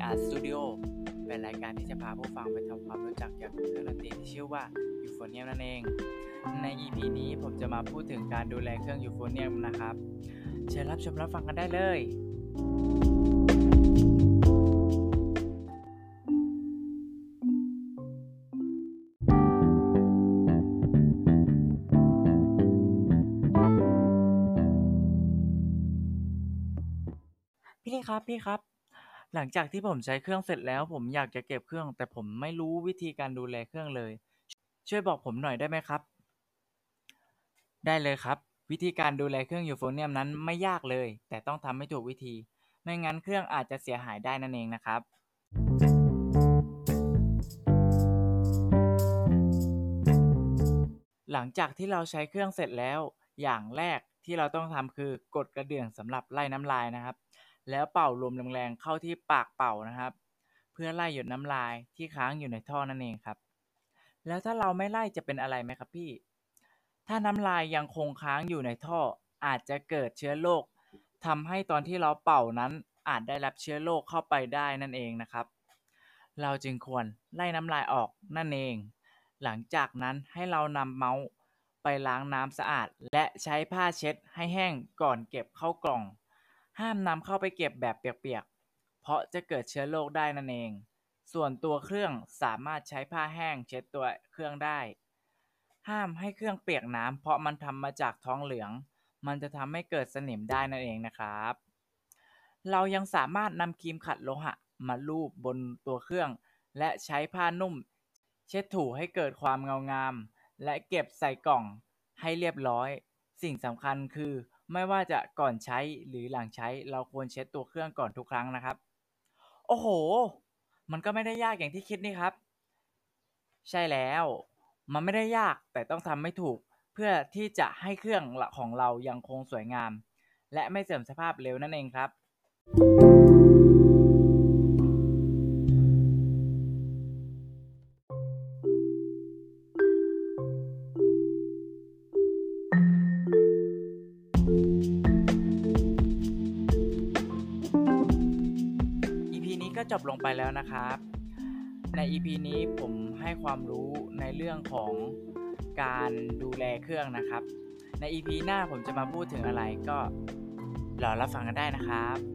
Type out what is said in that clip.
Art Studio เป็นรายการที่จะพาผู้ฟังไปทำความรู้จักเกี่ยวกับเครื่องดนตรีที่ชื่อว่ายูโฟเนียมนั่นเอง ใน EP นี้ผมจะมาพูดถึงการดูแลเครื่องยูโฟเนียมนะครับ เชิญรับชมรับฟังกันได้เลยพี่ครับ หลังจากที่ผมใช้เครื่องเสร็จแล้วผมอยากจะเก็บเครื่องแต่ผมไม่รู้วิธีการดูแลเครื่องเลยช่วยบอกผมหน่อยได้ไหมครับได้เลยครับวิธีการดูแลเครื่องยูโฟเนียมนั้นไม่ยากเลยแต่ต้องทำให้ถูกวิธีไม่งั้นเครื่องอาจจะเสียหายได้นั่นเองนะครับหลังจากที่เราใช้เครื่องเสร็จแล้วอย่างแรกที่เราต้องทำคือกดกระเดื่องสำหรับไล่น้ำลายนะครับแล้วเป่าลมแรงๆเข้าที่ปากเป่านะครับเพื่อไล่หยดน้ำลายที่ค้างอยู่ในท่อนั่นเองครับแล้วถ้าเราไม่ไล่จะเป็นอะไรไหมครับพี่ถ้าน้ำลายยังคงค้างอยู่ในท่ออาจจะเกิดเชื้อโรคทำให้ตอนที่เราเป่านั้นอาจได้รับเชื้อโรคเข้าไปได้นั่นเองนะครับเราจึงควรไล่น้ำลายออกนั่นเองหลังจากนั้นให้เรานำเมาส์ไปล้างน้ำสะอาดและใช้ผ้าเช็ดให้แห้งก่อนเก็บเข้ากล่องห้ามนำเข้าไปเก็บแบบเปียกๆเพราะจะเกิดเชื้อโรคได้นั่นเองส่วนตัวเครื่องสามารถใช้ผ้าแห้งเช็ดตัวเครื่องได้ห้ามให้เครื่องเปียกน้ำเพราะมันทำมาจากทองเหลืองมันจะทำให้เกิดสนิมได้นั่นเองนะครับเรายังสามารถนำครีมขัดโลหะมาลูบบนตัวเครื่องและใช้ผ้านุ่มเช็ดถูให้เกิดความเงางามและเก็บใส่กล่องให้เรียบร้อยสิ่งสำคัญคือไม่ว่าจะก่อนใช้หรือหลังใช้เราควรเช็ดตัวเครื่องก่อนทุกครั้งนะครับโอ้โหมันก็ไม่ได้ยากอย่างที่คิดนี่ครับใช่แล้วมันไม่ได้ยากแต่ต้องทำให้ถูกเพื่อที่จะให้เครื่องของเรายังคงสวยงามและไม่เสื่อมสภาพเร็วนั่นเองครับ EP นี้ก็จบลงไปแล้วนะครับใน EP นี้ผมให้ความรู้ในเรื่องของการดูแลเครื่องนะครับใน EP หน้าผมจะมาพูดถึงอะไรก็รอรับฟังกันได้นะครับ